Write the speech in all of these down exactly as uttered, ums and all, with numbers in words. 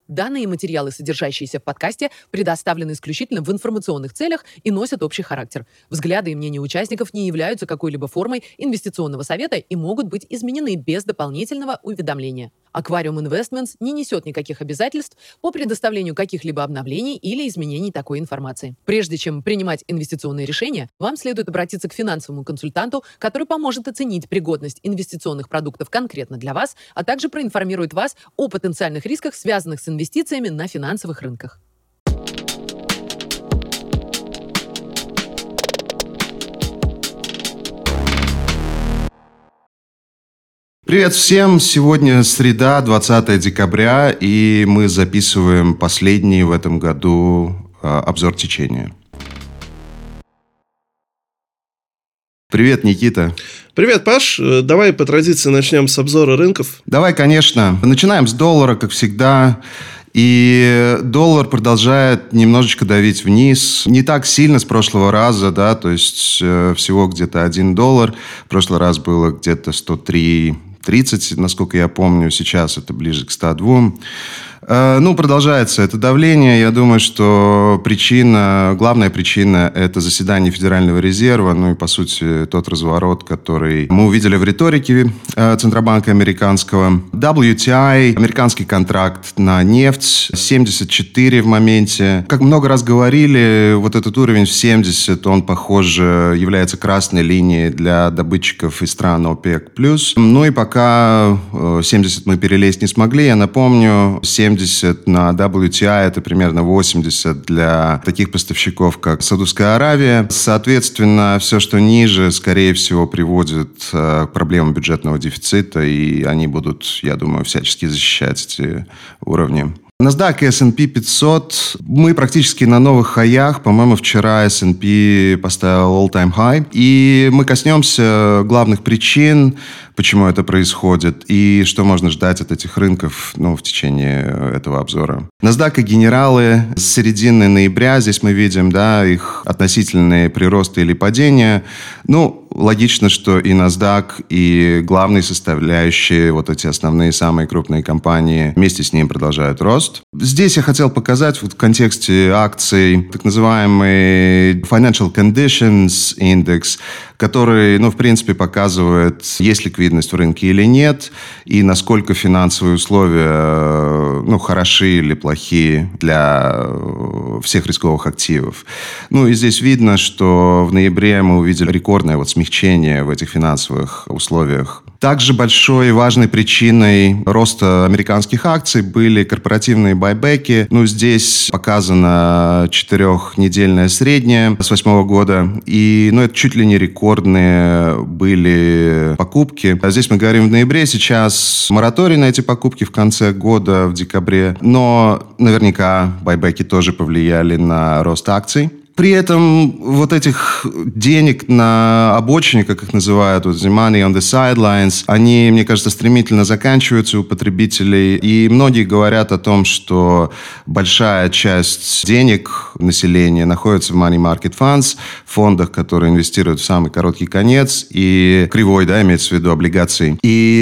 Данные и материалы, содержащиеся в подкасте, предоставлены исключительно в информационных целях и носят общий характер. Взгляды и мнения участников не являются какой-либо формой инвестиционного совета и могут быть изменены без дополнительного уведомления. Aquarium Investments не несет никаких обязательств по предоставлению каких-либо обновлений или изменений такой информации. Прежде чем принимать инвестиционные решения, вам следует обратиться к финансовому консультанту, который поможет оценить пригодность инвестиционных продуктов конкретно для вас, а также проинформирует вас о потенциальных рисках, связанных с инвестициями на финансовых рынках. Привет всем! Сегодня среда, двадцатое декабря, и мы записываем последний в этом году э, обзор течения. Привет, Никита. Привет, Паш. Давай по традиции начнем с обзора рынков. Давай, конечно. Начинаем с доллара, как всегда. И доллар продолжает немножечко давить вниз. Не так сильно с прошлого раза, да, то есть э, всего где-то один доллар. В прошлый раз было где-то сто три тридцать, насколько я помню. Сейчас это ближе к ста двум. Ну, продолжается это давление. Я думаю, что причина, главная причина – это заседание Федерального резерва, ну и, по сути, тот разворот, который мы увидели в риторике Центробанка американского. дабл ю ти ай, американский контракт на нефть, семьдесят четыре в моменте. Как много раз говорили, вот этот уровень в семьдесят, он, похоже, является красной линией для добытчиков из стран ОПЕК+. Ну и пока семьдесят мы перелезть не смогли, я напомню, семьдесят на дабл ю ти ай это примерно восемьдесят для таких поставщиков, как Саудовская Аравия. Соответственно, все, что ниже, скорее всего, приводит к проблемам бюджетного дефицита, и они будут, я думаю, всячески защищать эти уровни. NASDAQ и эс энд пи пятьсот. Мы практически на новых хаях. По-моему, вчера эс энд пи поставил all-time high. И мы коснемся главных причин, почему это происходит, и что можно ждать от этих рынков, ну, в течение этого обзора. NASDAQ и генералы с середины ноября. Здесь мы видим, да, их относительные приросты или падения. Ну, логично, что и NASDAQ, и главные составляющие, вот эти основные, самые крупные компании, вместе с ним продолжают рост. Здесь я хотел показать вот в контексте акций так называемый Financial Conditions Index, который, ну, в принципе, показывает, есть ликвидность в рынке или нет, и насколько финансовые условия, ну, хороши или плохи для всех рисковых активов. Ну, и здесь видно, что в ноябре мы увидели рекордное вот смягчение в этих финансовых условиях. Также большой и важной причиной роста американских акций были корпоративные байбеки. Ну, здесь показано четырехнедельное среднее с восьмого года. И, ну, это чуть ли не рекордные были покупки. А здесь мы говорим в ноябре. Сейчас мораторий на эти покупки в конце года, в декабре. Но наверняка байбеки тоже повлияли на рост акций. При этом вот этих денег на обочине, как их называют, вот money on the sidelines, они, мне кажется, стремительно заканчиваются у потребителей. И многие говорят о том, что большая часть денег населения находится в money market funds, фондах, которые инвестируют в самый короткий конец, и кривой, да, имеется в виду облигаций.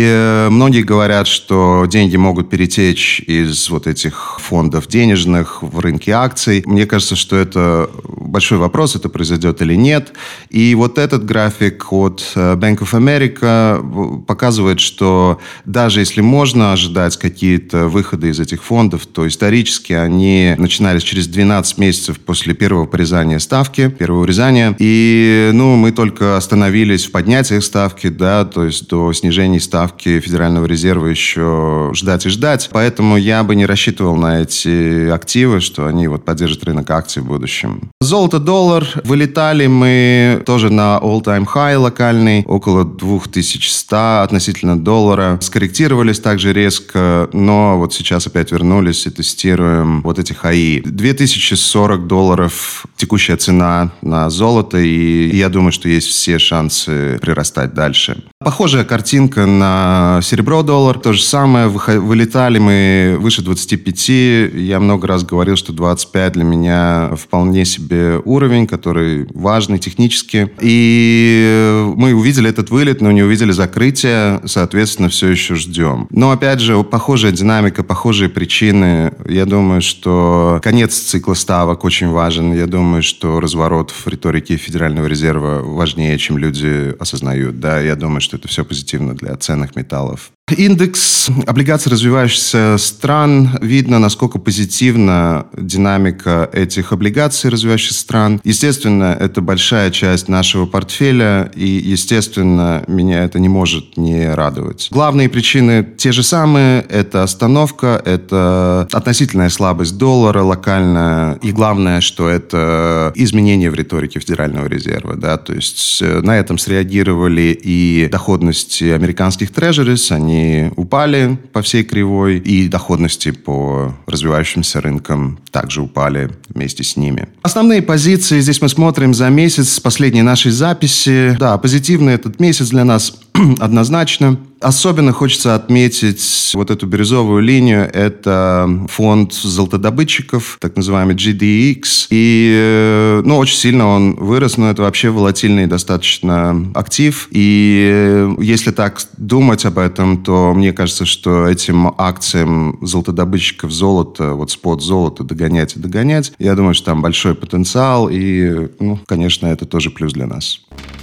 И многие говорят, что деньги могут перетечь из вот этих фондов денежных в рынки акций. Мне кажется, что это большой вопрос, это произойдет или нет. И вот этот график от Bank of America показывает, что даже если можно ожидать какие-то выходы из этих фондов, то исторически они начинались через двенадцать месяцев после первого порезания ставки, первого урезания. И, ну, мы только остановились в поднятии ставки, да, то есть до снижения ставки Федерального резерва еще ждать и ждать. Поэтому я бы не рассчитывал на эти активы, что они вот поддержат рынок акций в будущем. Золото-доллар. Вылетали мы тоже на all-time high локальный, около две тысячи сто относительно доллара. Скорректировались также резко, но вот сейчас опять вернулись и тестируем вот эти хаи. две тысячи сорок долларов текущая цена на золото, и я думаю, что есть все шансы прирастать дальше. Похожая картинка на серебро-доллар. То же самое. Вылетали мы выше двадцати пяти. Я много раз говорил, что двадцать пять для меня вполне себе новый уровень, который важный технически. И мы увидели этот вылет, но не увидели закрытие, соответственно, все еще ждем. Но, опять же, похожая динамика, похожие причины. Я думаю, что конец цикла ставок очень важен. Я думаю, что разворот в риторике Федерального резерва важнее, чем люди осознают. Да, я думаю, что это все позитивно для ценных металлов. Индекс облигаций развивающихся стран. Видно, насколько позитивна динамика этих облигаций развивающихся стран. Естественно, это большая часть нашего портфеля, и, естественно, меня это не может не радовать. Главные причины те же самые. Это остановка, это относительная слабость доллара локальная, и главное, что это изменения в риторике Федерального резерва. Да? То есть на этом среагировали и доходности американских трежерис, они упали по всей кривой, и доходности по развивающимся рынкам также упали вместе с ними. Основные позиции здесь мы смотрим за месяц последней нашей записи. Да, позитивный этот месяц для нас однозначно. Особенно хочется отметить вот эту бирюзовую линию. Это фонд золотодобытчиков, так называемый джи ди икс. И, ну, очень сильно он вырос, но это вообще волатильный достаточно актив. И если так думать об этом, то мне кажется, что этим акциям золотодобытчиков золота, вот спот золота, догонять и догонять, я думаю, что там большой потенциал. И, ну, конечно, это тоже плюс для нас.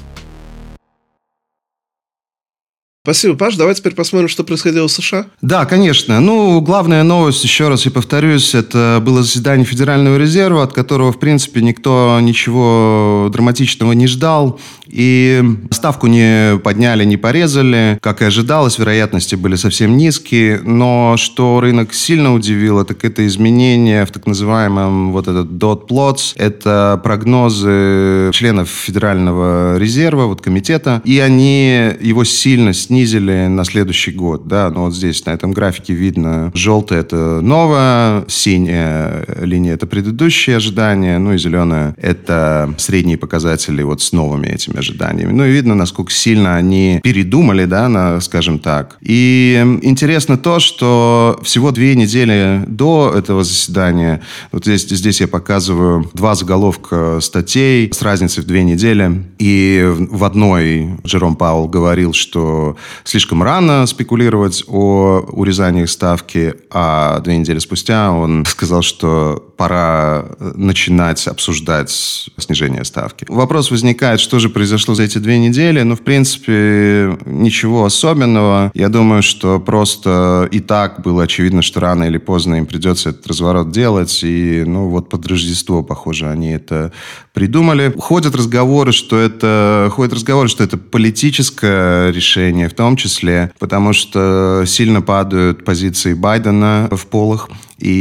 Спасибо, Паш. Давай теперь посмотрим, что происходило в США. Да, конечно. Ну, главная новость, еще раз я повторюсь, это было заседание Федерального резерва, от которого, в принципе, никто ничего драматичного не ждал. И ставку не подняли, не порезали. Как и ожидалось, вероятности были совсем низкие. Но что рынок сильно удивило, так это изменения в так называемом вот этот dot plots. Это прогнозы членов Федерального резерва, вот комитета. И они его сильно снизили. снизили на следующий год. Да? Но вот здесь на этом графике видно, желтое – это новое, синяя линия – это предыдущие ожидания, ну и зеленая – это средние показатели вот с новыми этими ожиданиями. Ну и видно, насколько сильно они передумали, да, на, скажем так. И интересно то, что всего две недели до этого заседания, вот здесь, здесь я показываю два заголовка статей с разницей в две недели, и в одной Джером Пауэлл говорил, что слишком рано спекулировать о урезании ставки, а две недели спустя он сказал, что пора начинать обсуждать снижение ставки. Вопрос возникает, что же произошло за эти две недели? Ну, в принципе, ничего особенного. Я думаю, что просто и так было очевидно, что рано или поздно им придется этот разворот делать, и, ну, вот под Рождество, похоже, они это придумали. Ходят разговоры, что это, ходят разговоры, что это политическое решение, в том числе, потому что сильно падают позиции Байдена в полах,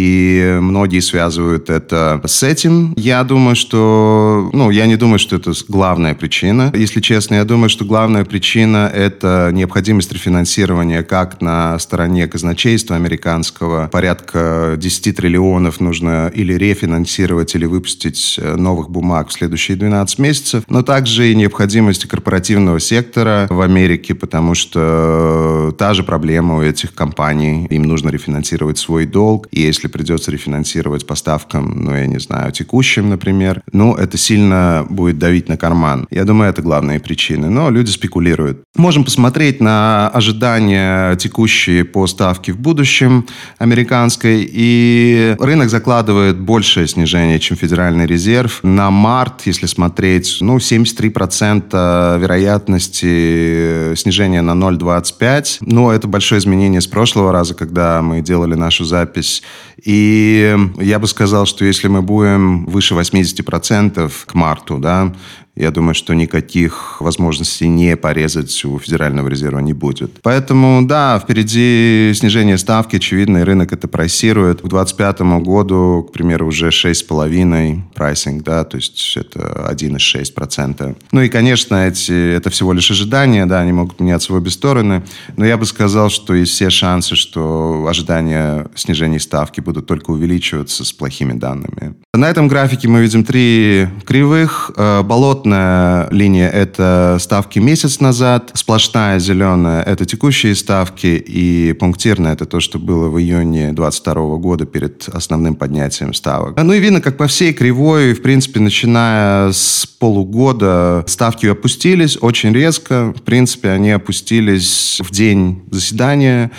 и многие связывают это с этим. Я думаю, что... Ну, я не думаю, что это главная причина. Если честно, я думаю, что главная причина – это необходимость рефинансирования как на стороне казначейства американского. Порядка десять триллионов нужно или рефинансировать, или выпустить новых бумаг в следующие двенадцать месяцев. Но также и необходимость корпоративного сектора в Америке, потому что та же проблема у этих компаний. Им нужно рефинансировать свой долг. И если придется рефинансировать по ставкам, ну, я не знаю, текущим, например, ну, это сильно будет давить на карман. Я думаю, это главные причины. Но люди спекулируют. Можем посмотреть на ожидания текущие по ставке в будущем американской. И рынок закладывает большее снижение, чем Федеральный резерв. На март, если смотреть, ну, семьдесят три процента вероятности снижения на ноль целых двадцать пять. Но это большое изменение с прошлого раза, когда мы делали нашу запись. И я бы сказал, что если мы будем выше восемьдесят процентов к марту, да, я думаю, что никаких возможностей не порезать у Федерального резерва не будет. Поэтому, да, впереди снижение ставки, очевидно, и рынок это прайсирует. К двадцать пятому году, к примеру, уже шесть с половиной прайсинг, да, то есть это один целых шесть десятых процента. Ну и, конечно, эти, это всего лишь ожидания, да, они могут меняться в обе стороны, но я бы сказал, что есть все шансы, что ожидания снижения ставки будут только увеличиваться с плохими данными. На этом графике мы видим три кривых. Болотная кислотная линия – это ставки месяц назад, сплошная зеленая – это текущие ставки, и пунктирная – это то, что было в июне двадцать второго года перед основным поднятием ставок. Ну и видно, как по всей кривой, в принципе, начиная с полугода, ставки опустились очень резко. В принципе, они опустились в день заседания.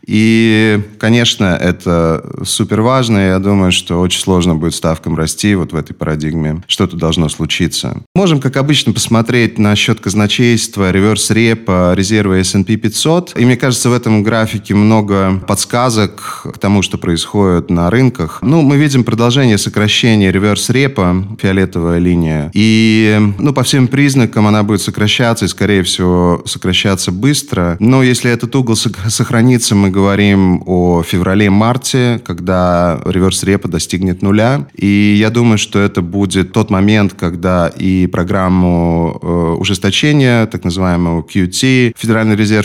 И, конечно, это супер важно. Я думаю, что очень сложно будет ставкам расти вот в этой парадигме. Что-то должно случиться. Можем, как обычно, посмотреть на счет казначейства, реверс-репо, резервы эс энд пи пятьсот. И мне кажется, в этом графике много подсказок к тому, что происходит на рынках. Ну, мы видим продолжение сокращения реверс-репо, фиолетовая линия. И, ну, по всем признакам она будет сокращаться, и, скорее всего, сокращаться быстро. Но если этот угол сохранится, мы говорим о феврале-марте, когда реверс-репо достигнет нуля. И я думаю, что это будет тот момент, когда и программу э, ужесточения, так называемого кью ти, Федеральный резерв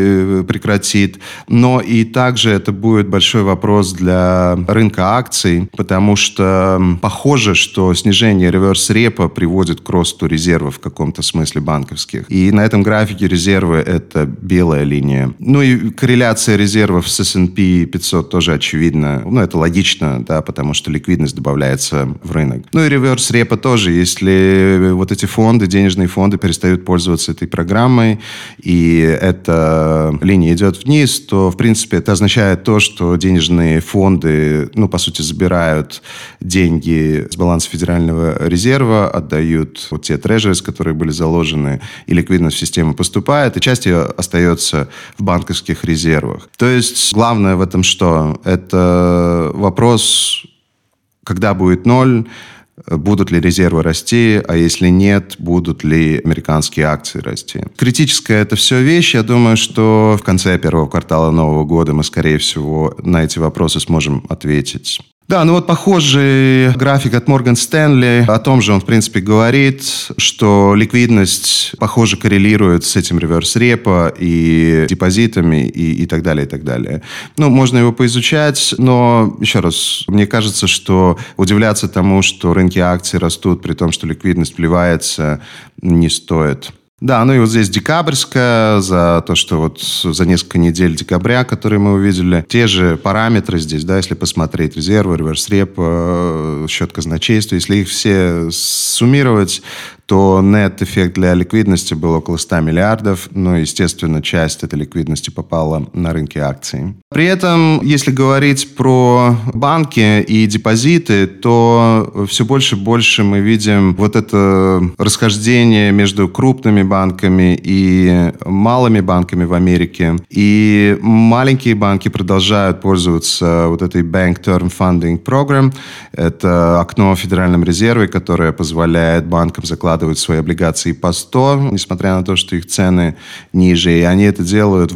прекратит. Но и также это будет большой вопрос для рынка акций, потому что похоже, что снижение реверс-репо приводит к росту резервов в каком-то смысле банковских. И на этом графике резервы – это белая линия. Ну и корреляция резервов с эс энд пи пятьсот тоже очевидна. Ну, это логично, да, потому что ликвидность добавляется в рынок. Ну и реверс-репо тоже. Если вот эти фонды, денежные фонды перестают пользоваться этой программой, и эта линия идет вниз, то, в принципе, это означает то, что денежные фонды, ну, по сути, забирают деньги с баланса Федерального резерва, отдают вот те трежерис, которые были заложены, и ликвидность в систему поступает, и часть ее остается в банковских резервах. То есть главное в этом что? Это вопрос, когда будет ноль, будут ли резервы расти, а если нет, будут ли американские акции расти. Критическая это все вещь. Я думаю, что в конце первого квартала нового года мы, скорее всего, на эти вопросы сможем ответить. Да, ну вот похожий график от Морган Стэнли. О том же он, в принципе, говорит, что ликвидность, похоже, коррелирует с этим реверс-репо и депозитами и, и так далее, и так далее. Ну, можно его поизучать, но, еще раз, мне кажется, что удивляться тому, что рынки акций растут, при том, что ликвидность вливается, не стоит. Да, ну и вот здесь декабрьская, за то, что вот за несколько недель декабря, которые мы увидели, те же параметры здесь, да, если посмотреть резервы, реверс-репо, счет казначейства, если их все суммировать, то нет-эффект для ликвидности был около ста миллиардов. Ну, естественно, часть этой ликвидности попала на рынки акций. При этом, если говорить про банки и депозиты, то все больше и больше мы видим вот это расхождение между крупными банками и малыми банками в Америке. И маленькие банки продолжают пользоваться вот этой Bank Term Funding Program. Это окно в Федеральном резерве, которое позволяет банкам закладывать свои облигации по сто, несмотря на то, что их цены ниже. И они это делают в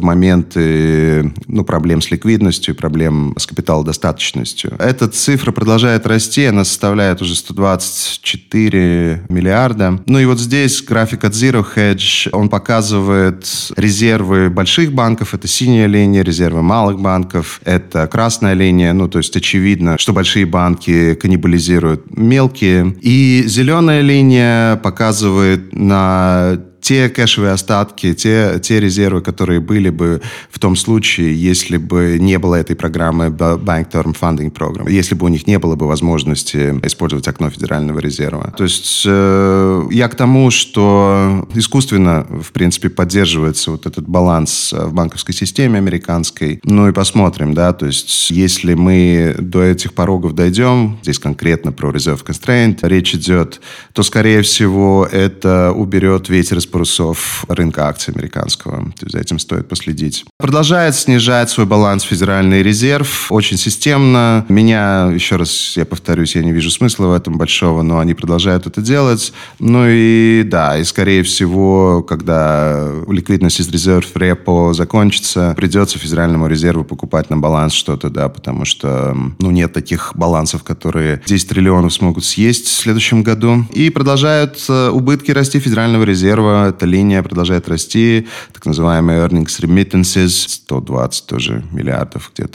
моменты ну, проблем с ликвидностью, проблем с капиталодостаточностью. Эта цифра продолжает расти, она составляет уже сто двадцать четыре миллиарда. Ну и вот здесь график от Zero Hedge, он показывает резервы больших банков, это синяя линия, резервы малых банков, это красная линия, ну то есть очевидно, что большие банки каннибализируют мелкие. И зеленая линия показывает на те кэшевые остатки, те, те резервы, которые были бы в том случае, если бы не было этой программы Bank Term Funding Program, если бы у них не было бы возможности использовать окно Федерального резерва. То есть э, я к тому, что искусственно, в принципе, поддерживается вот этот баланс в банковской системе американской. Ну и посмотрим, да, то есть если мы до этих порогов дойдем, здесь конкретно про Reserve Constraint речь идет, то, скорее всего, это уберет ветер из парусов рынка акций американского. То есть за этим стоит последить. Продолжает снижать свой баланс Федеральный резерв очень системно. Меня, еще раз я повторюсь, я не вижу смысла в этом большого, но они продолжают это делать. Ну и да, и скорее всего, когда ликвидность из резерв репо закончится, придется Федеральному резерву покупать на баланс что-то, да, потому что ну, нет таких балансов, которые десять триллионов смогут съесть в следующем году. И продолжают убытки расти Федерального резерва. Эта линия продолжает расти, так называемые earnings remittances, сто двадцать тоже миллиардов где-то,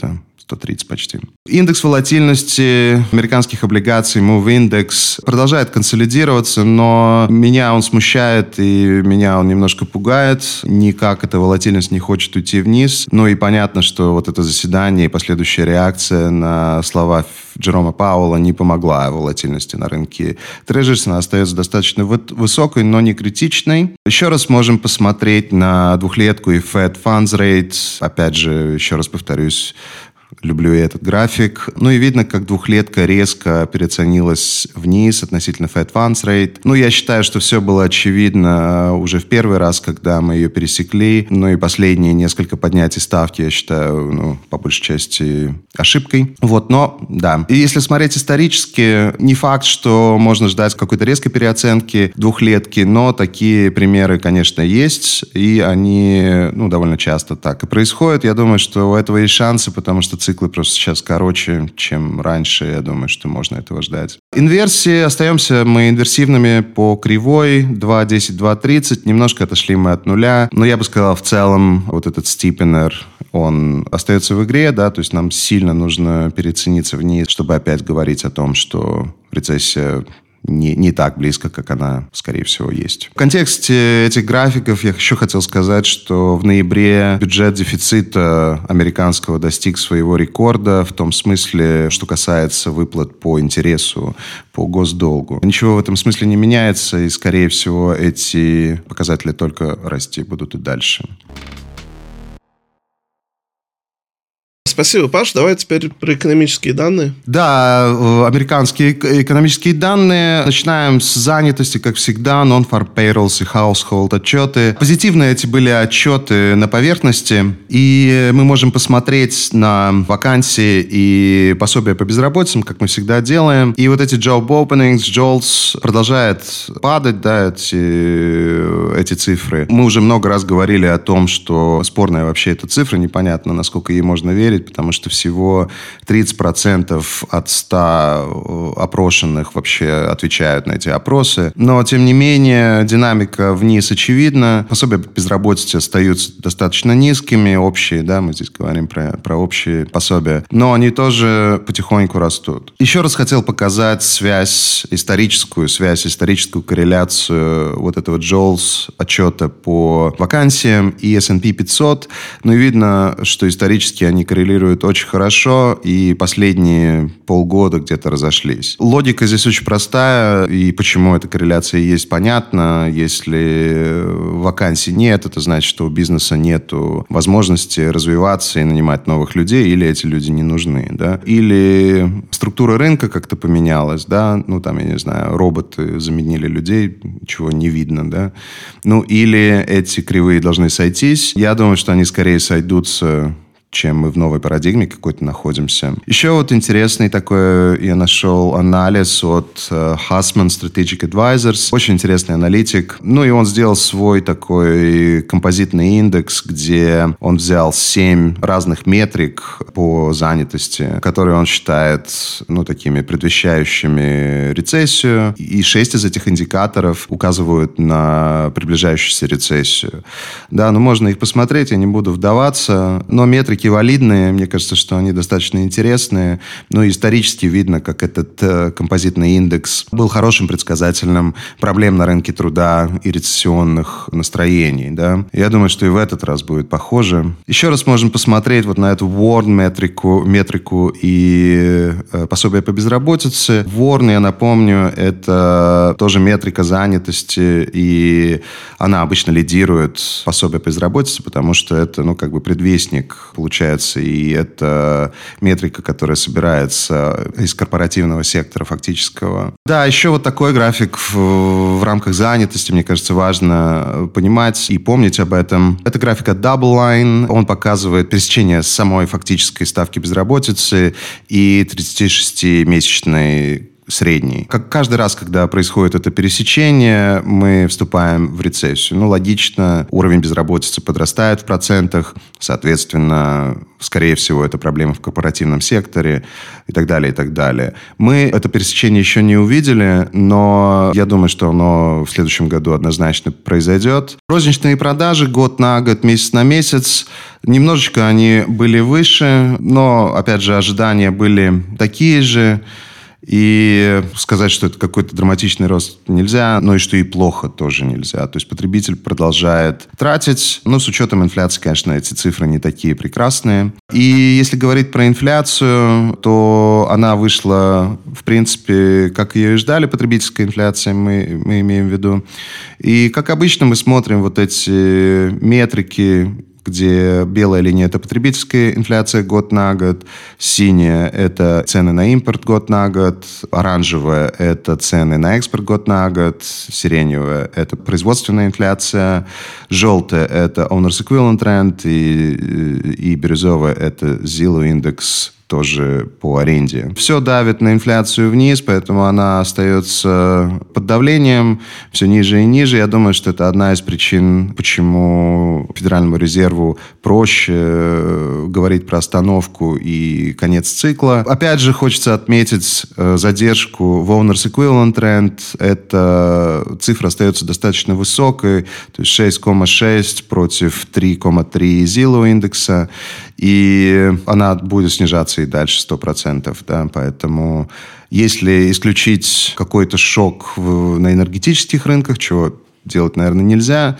сто тридцать почти. Индекс волатильности американских облигаций Move Index продолжает консолидироваться, но меня он смущает и меня он немножко пугает. Никак эта волатильность не хочет уйти вниз. Ну и понятно, что вот это заседание и последующая реакция на слова Джерома Пауэлла не помогла волатильности на рынке трежерс. Она остается достаточно высокой, но не критичной. Еще раз можем посмотреть на двухлетку и Fed Funds Rate. Опять же, еще раз повторюсь, люблю я этот график. Ну и видно, как двухлетка резко переоценилась вниз относительно Fed Funds Rate. Ну, я считаю, что все было очевидно уже в первый раз, когда мы ее пересекли. Ну и последние несколько поднятий ставки, я считаю, ну, по большей части ошибкой. Вот, но, да. И если смотреть исторически, не факт, что можно ждать какой-то резкой переоценки двухлетки, но такие примеры, конечно, есть. И они, ну, довольно часто так и происходят. Я думаю, что у этого есть шансы, потому что циклы просто сейчас короче, чем раньше. Я думаю, что можно этого ждать. Инверсии. Остаемся мы инверсивными по кривой два десять два тридцать. Немножко отошли мы от нуля. Но я бы сказал, в целом, вот этот стипенер, он остается в игре, да, то есть нам сильно нужно переоцениться вниз, чтобы опять говорить о том, что рецессия Не, не так близко, как она, скорее всего, есть. В контексте этих графиков я еще хотел сказать, что в ноябре бюджет дефицита американского достиг своего рекорда в том смысле, что касается выплат по интересу, по госдолгу. Ничего в этом смысле не меняется, и, скорее всего, эти показатели только расти будут и дальше. Спасибо, Паш. Давай теперь про экономические данные. Да, американские экономические данные. Начинаем с занятости, как всегда, non-farm payrolls и household отчеты. Позитивные эти были отчеты на поверхности, и мы можем посмотреть на вакансии и пособия по безработицам, как мы всегда делаем. И вот эти job openings, джолс, продолжают падать, да, эти, эти цифры. Мы уже много раз говорили о том, что спорная вообще эта цифра, непонятно, насколько ей можно верить, потому что всего тридцать процентов от ста опрошенных вообще отвечают на эти опросы. Но, тем не менее, динамика вниз очевидна. Пособия по безработице остаются достаточно низкими, общие, да, мы здесь говорим про, про общие пособия, но они тоже потихоньку растут. Еще раз хотел показать связь, историческую связь, историческую корреляцию вот этого джолс отчета по вакансиям и эс энд пи пятьсот. Ну и видно, что исторически они коррелируют очень хорошо, и последние полгода где-то разошлись. Логика здесь очень простая, и почему эта корреляция есть, понятно. Если вакансий нет, это значит, что у бизнеса нет возможности развиваться и нанимать новых людей, или эти люди не нужны, да. Или структура рынка как-то поменялась, да, ну, там, я не знаю, роботы заменили людей, чего не видно, да. Ну, или эти кривые должны сойтись. Я думаю, что они скорее сойдутся, чем мы в новой парадигме какой-то находимся. Еще вот интересный такой я нашел анализ от uh, Hussman Strategic Advisors. Очень интересный аналитик. Ну и он сделал свой такой композитный индекс, где он взял семь разных метрик по занятости, которые он считает, ну, такими предвещающими рецессию. И шесть из этих индикаторов указывают на приближающуюся рецессию. Да, ну можно их посмотреть, я не буду вдаваться, но метрики валидные, мне кажется, что они достаточно интересные. Ну, исторически видно, как этот э, композитный индекс был хорошим предсказателем проблем на рынке труда и рецессионных настроений, да. Я думаю, что и в этот раз будет похоже. Еще раз можем посмотреть вот на эту Warn метрику, метрику и э, пособие по безработице. Warn, я напомню, это тоже метрика занятости, и она обычно лидирует пособие по безработице, потому что это, ну, как бы предвестник, получается, и это метрика, которая собирается из корпоративного сектора фактического. Да, еще вот такой график в, в рамках занятости, мне кажется, важно понимать и помнить об этом. Это график от Double Line. Он показывает пересечение самой фактической ставки безработицы и тридцатишестимесячной средний. Как каждый раз, когда происходит это пересечение, мы вступаем в рецессию. Ну, логично, уровень безработицы подрастает в процентах, соответственно, скорее всего, это проблема в корпоративном секторе и так далее, и так далее. Мы это пересечение еще не увидели, но я думаю, что оно в следующем году однозначно произойдет. Розничные продажи год на год, месяц на месяц, немножечко они были выше, но, опять же, ожидания были такие же. И сказать, что это какой-то драматичный рост нельзя, но и что и плохо тоже нельзя. То есть потребитель продолжает тратить. Но с учетом инфляции, конечно, эти цифры не такие прекрасные. И если говорить про инфляцию, то она вышла, в принципе, как ее и ждали, потребительская инфляция, мы, мы имеем в виду. И, как обычно, мы смотрим вот эти метрики, где белая линия – это потребительская инфляция год на год, синяя – это цены на импорт год на год, оранжевая – это цены на экспорт год на год, сиреневая – это производственная инфляция, желтая – это Owners Equivalent Rent, и, и бирюзовая – это Zillow Index, тоже по аренде. Все давит на инфляцию вниз, поэтому она остается под давлением все ниже и ниже. Я думаю, что это одна из причин, почему Федеральному резерву проще говорить про остановку и конец цикла. Опять же, хочется отметить задержку в Owners Equivalent Rent. Эта цифра остается достаточно высокой, то есть шесть целых шесть против три целых три Zillow индекса, и она будет снижаться и дальше сто процентов, да, поэтому если исключить какой-то шок в, на энергетических рынках, чего делать, наверное, нельзя,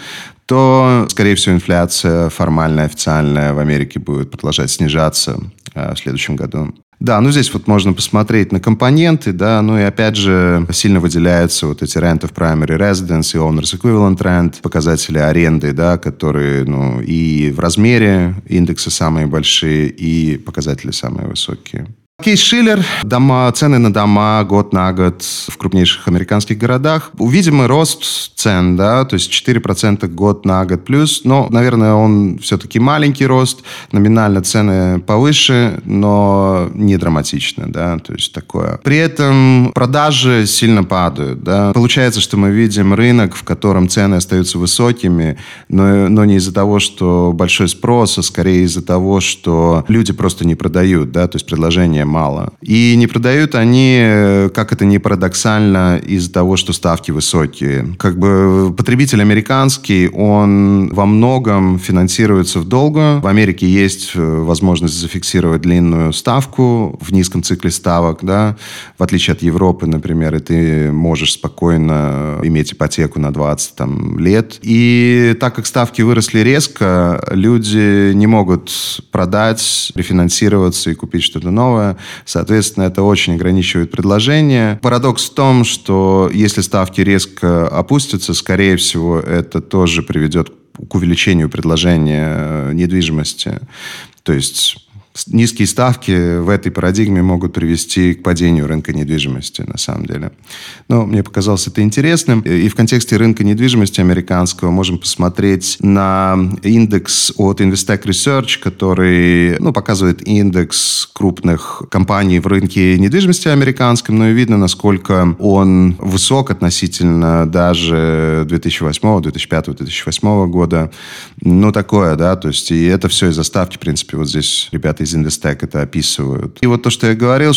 то, скорее всего, инфляция формальная, официальная в Америке будет продолжать снижаться а, в следующем году. Да, ну здесь вот можно посмотреть на компоненты, да, ну и опять же сильно выделяются вот эти Rent of Primary Residence и Owners Equivalent Rent, показатели аренды, да, которые, ну, и в размере индексы самые большие, и показатели самые высокие. Кейс-Шиллер, дома, цены на дома год на год в крупнейших американских городах. Видимый рост цен, да, то есть четыре процента год на год плюс, но, наверное, он все-таки маленький рост, номинально цены повыше, но не драматично, да, то есть такое. При этом продажи сильно падают, да. Получается, что мы видим рынок, в котором цены остаются высокими, но, но не из-за того, что большой спрос, а скорее из-за того, что люди просто не продают, да, то есть предложение мало. И не продают они, как это ни парадоксально, из-за того, что ставки высокие. Как бы потребитель американский, он во многом финансируется в долгу. В Америке есть возможность зафиксировать длинную ставку в низком цикле ставок, да, в отличие от Европы, например, и ты можешь спокойно иметь ипотеку на двадцать там, лет. И так как ставки выросли резко, люди не могут продать, рефинансироваться и купить что-то новое. Соответственно, это очень ограничивает предложение. Парадокс в том, что если ставки резко опустятся, скорее всего, это тоже приведет к увеличению предложения недвижимости. То есть низкие ставки в этой парадигме могут привести к падению рынка недвижимости, на самом деле. Но мне показалось это интересным. И в контексте рынка недвижимости американского можем посмотреть на индекс от Investec Research, который, ну, показывает индекс крупных компаний в рынке недвижимости американском, но и видно, насколько он высок относительно даже две тысячи восьмого, две тысячи пятого, две тысячи восьмого года. Ну, такое, да, то есть и это все из-за ставки, в принципе, вот здесь ребята из Investec это описывают. И вот то, что я говорил,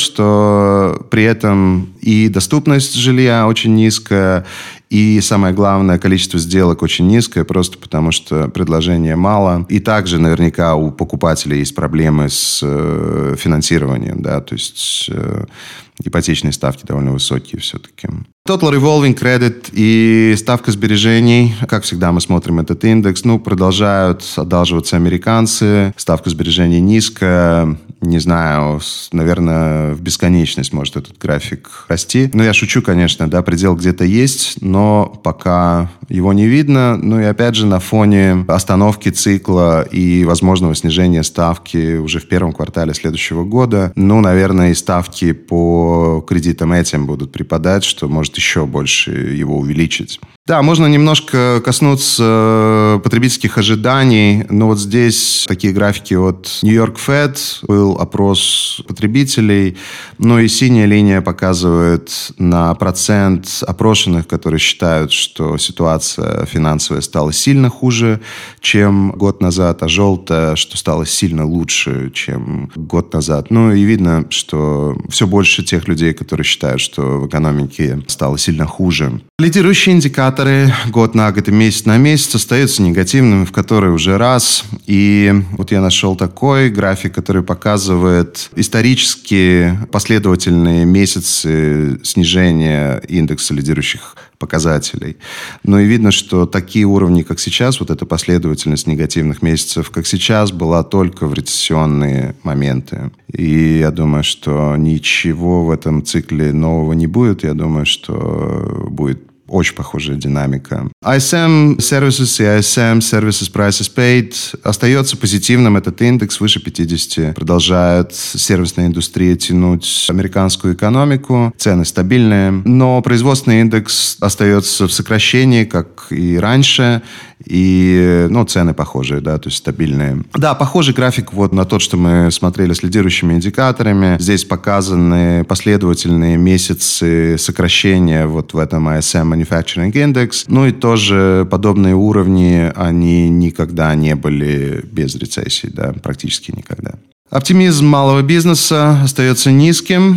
что при этом и доступность жилья очень низкая, и самое главное, количество сделок очень низкое, просто потому что предложения мало. И также наверняка у покупателей есть проблемы с э, финансированием, да, то есть э, ипотечные ставки довольно высокие все-таки. Total Revolving Credit и ставка сбережений. Как всегда мы смотрим этот индекс. Ну, продолжают одалживаться американцы. Ставка сбережений низкая. Не знаю, наверное, в бесконечность может этот график расти. Ну, я шучу, конечно, да, предел где-то есть, но пока его не видно. Ну и опять же на фоне остановки цикла и возможного снижения ставки уже в первом квартале следующего года, ну, наверное, и ставки по кредитам этим будут припадать, что может еще больше его увеличить. Да, можно немножко коснуться потребительских ожиданий, но вот здесь такие графики от New York Fed, был опрос потребителей, ну и синяя линия показывает на процент опрошенных, которые считают, что ситуация финансовая стала сильно хуже, чем год назад, а желтая, что стало сильно лучше, чем год назад. Ну и видно, что все больше тех людей, которые считают, что в экономике стало сильно хуже. Лидирующие индикаторы год на год и месяц на месяц остаются негативными, в который уже раз. И вот я нашел такой график, который показывает исторически последовательные месяцы снижения индекса лидирующих показателей. Ну и видно, что такие уровни, как сейчас, вот эта последовательность негативных месяцев, как сейчас, была только в рецессионные моменты. И я думаю, что ничего в этом цикле нового не будет. Я думаю, что будет очень похожая динамика. ай эс эм Services и ай эс эм Services Prices Paid остается позитивным. Этот индекс выше пятидесяти. Продолжает сервисная индустрия тянуть американскую экономику. Цены стабильные. Но производственный индекс остается в сокращении, как и раньше. И, ну, цены похожие, да, то есть стабильные. Да, похожий график вот на тот, что мы смотрели с лидирующими индикаторами. Здесь показаны последовательные месяцы сокращения вот в этом ай эс эм Manufacturing Index. Ну и тоже подобные уровни, они никогда не были без рецессий, да, практически никогда. Оптимизм малого бизнеса остается низким,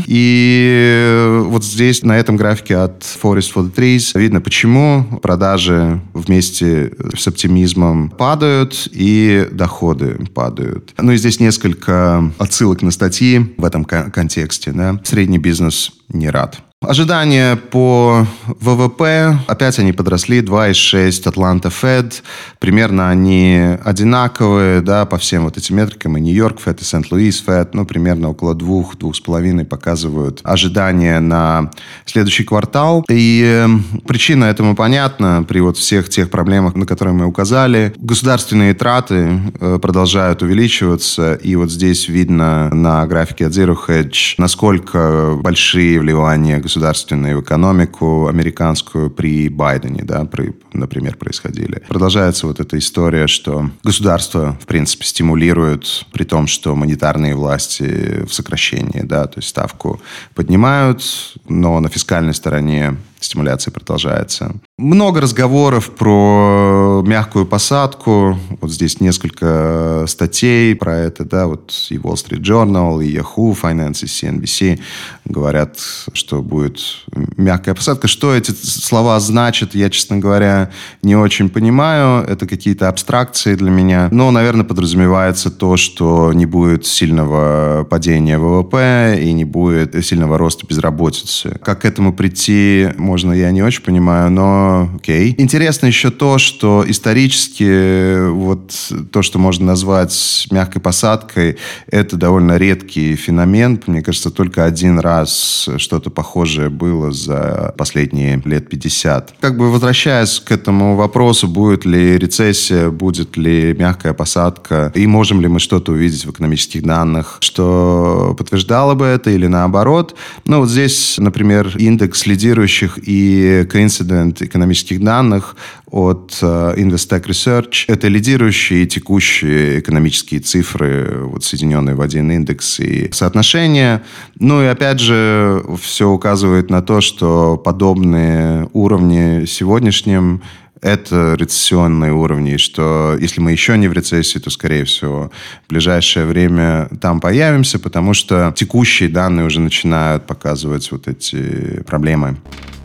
и вот здесь, на этом графике от Forest for the Trees, видно, почему продажи вместе с оптимизмом падают, и доходы падают. Ну и здесь несколько отсылок на статьи в этом контексте, да. Средний бизнес не рад. Ожидания по вэ вэ пэ, опять они подросли, два целых шесть десятых Atlanta Fed, примерно они одинаковые, да, по всем вот этим метрикам, и Нью-Йорк Fed, и Сент-Луис Fed, ну, примерно около двух, двух с половиной показывают ожидания на следующий квартал. И причина этому понятна при вот всех тех проблемах, на которые мы указали. Государственные траты продолжают увеличиваться, и вот здесь видно на графике от Zero Hedge, насколько большие вливания государственные государственную экономику американскую при Байдене, да, при, например, происходили. Продолжается вот эта история, что государство, в принципе, стимулирует, при том, что монетарные власти в сокращении, да, то есть ставку поднимают, но на фискальной стороне стимуляция продолжается. Много разговоров про мягкую посадку. Вот здесь несколько статей про это, да, вот и Wall Street Journal, и Yahoo Finance, и си эн би си говорят, что будет мягкая посадка. Что эти слова значат, я, честно говоря, не очень понимаю. Это какие-то абстракции для меня. Но, наверное, подразумевается то, что не будет сильного падения вэ вэ пэ и не будет сильного роста безработицы. Как к этому прийти, можно, я не очень понимаю, но окей. Интересно еще то, что исторически вот то, что можно назвать мягкой посадкой, это довольно редкий феномен. Мне кажется, только один раз что-то похожее было за последние лет пятьдесят. Как бы возвращаясь к этому вопросу, будет ли рецессия, будет ли мягкая посадка, и можем ли мы что-то увидеть в экономических данных, что подтверждало бы это или наоборот. Ну, вот здесь, например, индекс лидирующих и coincident экономических данных от uh, Investec Research. Это лидирующие и текущие экономические цифры, вот, соединенные в один индекс и соотношения. Ну и опять же, все указывает на то, что подобные уровни сегодняшним это рецессионные уровни, что если мы еще не в рецессии, то, скорее всего, в ближайшее время там появимся, потому что текущие данные уже начинают показывать вот эти проблемы.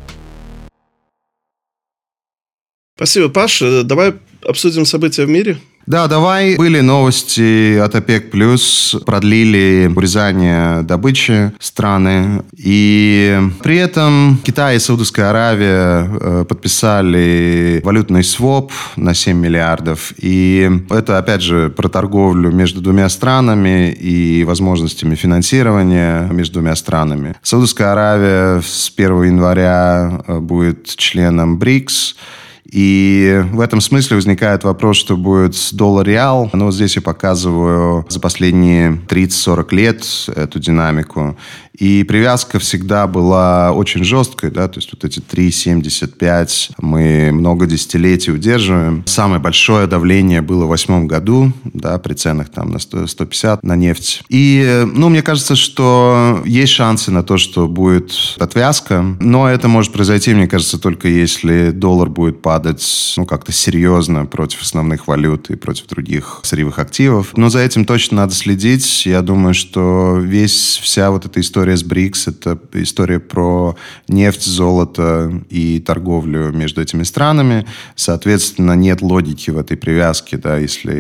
Спасибо, Паш. Давай обсудим события в мире. Да, давай. Были новости от ОПЕК+, продлили урезание добычи страны. И при этом Китай и Саудовская Аравия подписали валютный своп на семь миллиардов. И это, опять же, про торговлю между двумя странами и возможностями финансирования между двумя странами. Саудовская Аравия с первого января будет членом БРИКС. И в этом смысле возникает вопрос, что будет доллар-реал. Но вот здесь я показываю за последние тридцать-сорок лет эту динамику. И привязка всегда была очень жесткой, да, то есть вот эти три семьдесят пять мы много десятилетий удерживаем. Самое большое давление было в восьмом году, да, при ценах там на сто, сто пятьдесят на нефть. И, ну, мне кажется, что есть шансы на то, что будет отвязка, но это может произойти, мне кажется, только если доллар будет падать, ну, как-то серьезно против основных валют и против других сырьевых активов. Но за этим точно надо следить. Я думаю, что весь, вся вот эта история с БРИКС — это история про нефть, золото и торговлю между этими странами. Соответственно, нет логики в этой привязке, да,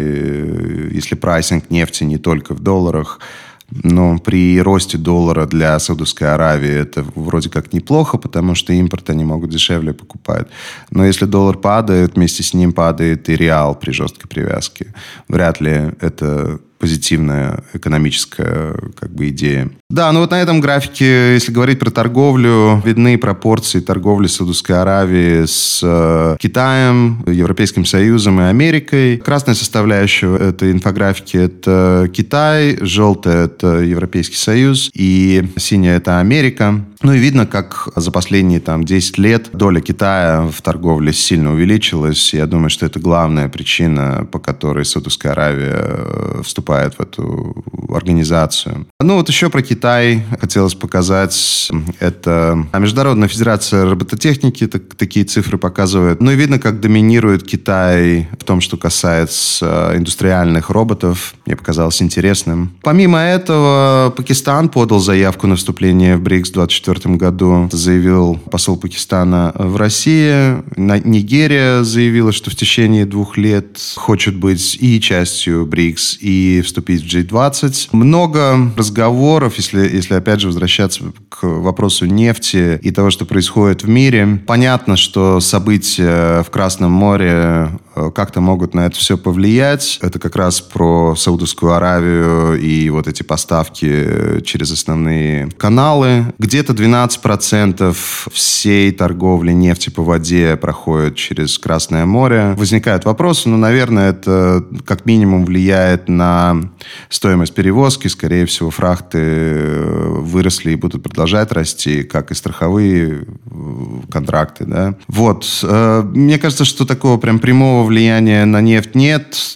если, если прайсинг нефти не только в долларах. Но при росте доллара для Саудовской Аравии это вроде как неплохо, потому что импорт они могут дешевле покупать. Но если доллар падает, вместе с ним падает и реал при жесткой привязке. Вряд ли это позитивная экономическая как бы идея. Да, ну вот на этом графике, если говорить про торговлю, видны пропорции торговли Саудовской Аравии с э, Китаем, Европейским Союзом и Америкой. Красная составляющая этой инфографики — это Китай, желтая — это Европейский Союз, и синяя — это Америка. Ну и видно, как за последние там десять лет доля Китая в торговле сильно увеличилась. Я думаю, что это главная причина, по которой Саудовская Аравия вступает в эту организацию. Ну вот еще про Китай хотелось показать. Это Международная федерация робототехники так, такие цифры показывает. Ну и видно, как доминирует Китай в том, что касается индустриальных роботов. Мне показалось интересным. Помимо этого, Пакистан подал заявку на вступление в БРИКС в двадцать четвёртом году. Заявил посол Пакистана в России. Нигерия заявила, что в течение двух лет хочет быть и частью БРИКС, и вступить в джи двадцать. Много разговоров, если, если опять же возвращаться к вопросу нефти и того, что происходит в мире. Понятно, что события в Красном море как-то могут на это все повлиять. Это как раз про Саудовскую Аравию и вот эти поставки через основные каналы. Где-то двенадцать процентов всей торговли нефти по воде проходит через Красное море. Возникают вопросы, ну, наверное, это как минимум влияет на стоимость перевозки. Скорее всего, фрахты выросли и будут продолжать расти, как и страховые контракты, да. Вот. Мне кажется, что такого прям прямого влияния на нефть нет,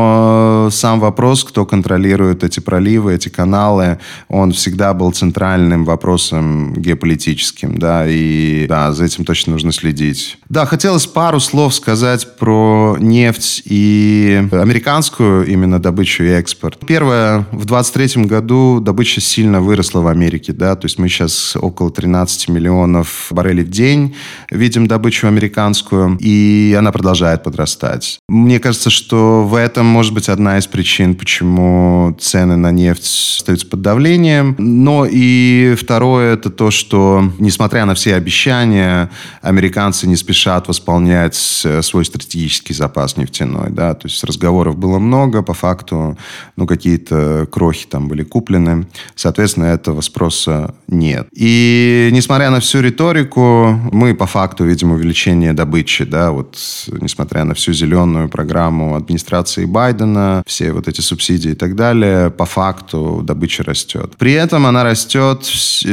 но сам вопрос, кто контролирует эти проливы, эти каналы, он всегда был центральным вопросом геополитическим, да, и да, за этим точно нужно следить. Да, хотелось пару слов сказать про нефть и американскую именно добычу и экспорт. Первое, в двадцать третьем году добыча сильно выросла в Америке, да, то есть мы сейчас около тринадцать миллионов баррелей в день видим добычу американскую, и она продолжает подрастать. Мне кажется, что в этом может быть одна из причин, почему цены на нефть остаются под давлением. Но и второе, это то, что, несмотря на все обещания, американцы не спешат восполнять свой стратегический запас нефтяной, да, то есть разговоров было много, по факту, ну, какие-то крохи там были куплены, соответственно, этого спроса нет. И несмотря на всю риторику, мы по факту видим увеличение добычи, да, вот, несмотря на всю зеленую программу администрации Байдена, все вот эти субсидии и так далее, по факту добыча растет. При этом она растет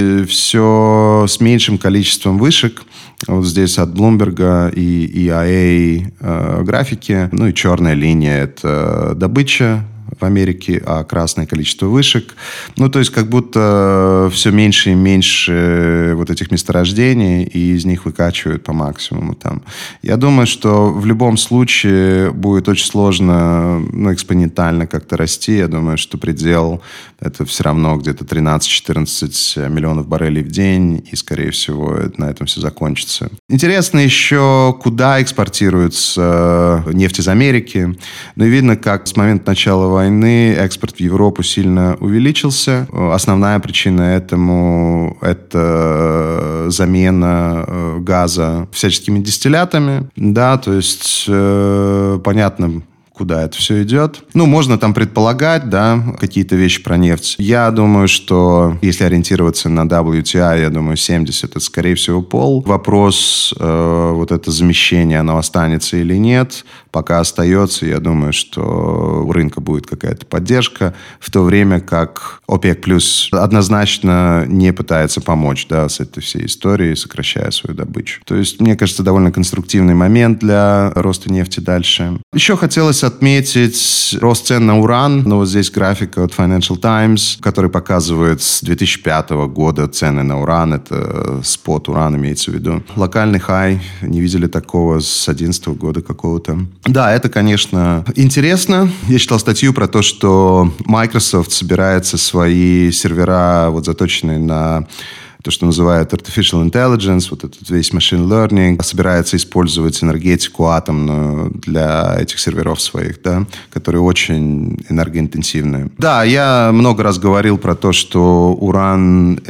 все с меньшим количеством вышек. Вот здесь от Bloomberg и и эй эй э, графики. Ну и черная линия – это добыча в Америке, а красное количество вышек. Ну, то есть, как будто все меньше и меньше вот этих месторождений, и из них выкачивают по максимуму там. Я думаю, что в любом случае будет очень сложно, ну, экспонентально как-то расти. Я думаю, что предел – это все равно где-то тринадцать-четырнадцать миллионов баррелей в день, и, скорее всего, на этом все закончится. Интересно еще, куда экспортируется нефть из Америки. Ну, и видно, как с момента начала войны экспорт в Европу сильно увеличился. Основная причина этому – это замена газа всяческими дистиллятами. Да, то есть, э, понятно, куда это все идет. Ну, можно там предполагать, да, какие-то вещи про нефть. Я думаю, что если ориентироваться на дабл ю ти ай, я думаю, семьдесят это, скорее всего, пол. Вопрос, э, вот это замещение, оно останется или нет, пока остается. Я думаю, что у рынка будет какая-то поддержка, в то время как ОПЕК плюс однозначно не пытается помочь, да, с этой всей историей, сокращая свою добычу. То есть, мне кажется, довольно конструктивный момент для роста нефти дальше. Еще хотелось отметить рост цен на уран. Ну, вот здесь графика от Financial Times, который показывает с две тысячи пятого года цены на уран. Это спот уран имеется в виду. Локальный хай. Не видели такого с две тысячи одиннадцатого года какого-то. Да, это, конечно, интересно. Я читал статью про то, что Microsoft собирается свои сервера, вот заточенные на то, что называют artificial intelligence, вот этот весь machine learning, собирается использовать энергетику атомную для этих серверов своих, да, которые очень энергоинтенсивные. Да, я много раз говорил про то, что уран –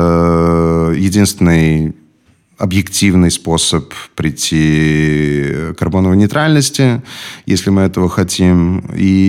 это единственный объективный способ прийти к карбоновой нейтральности, если мы этого хотим.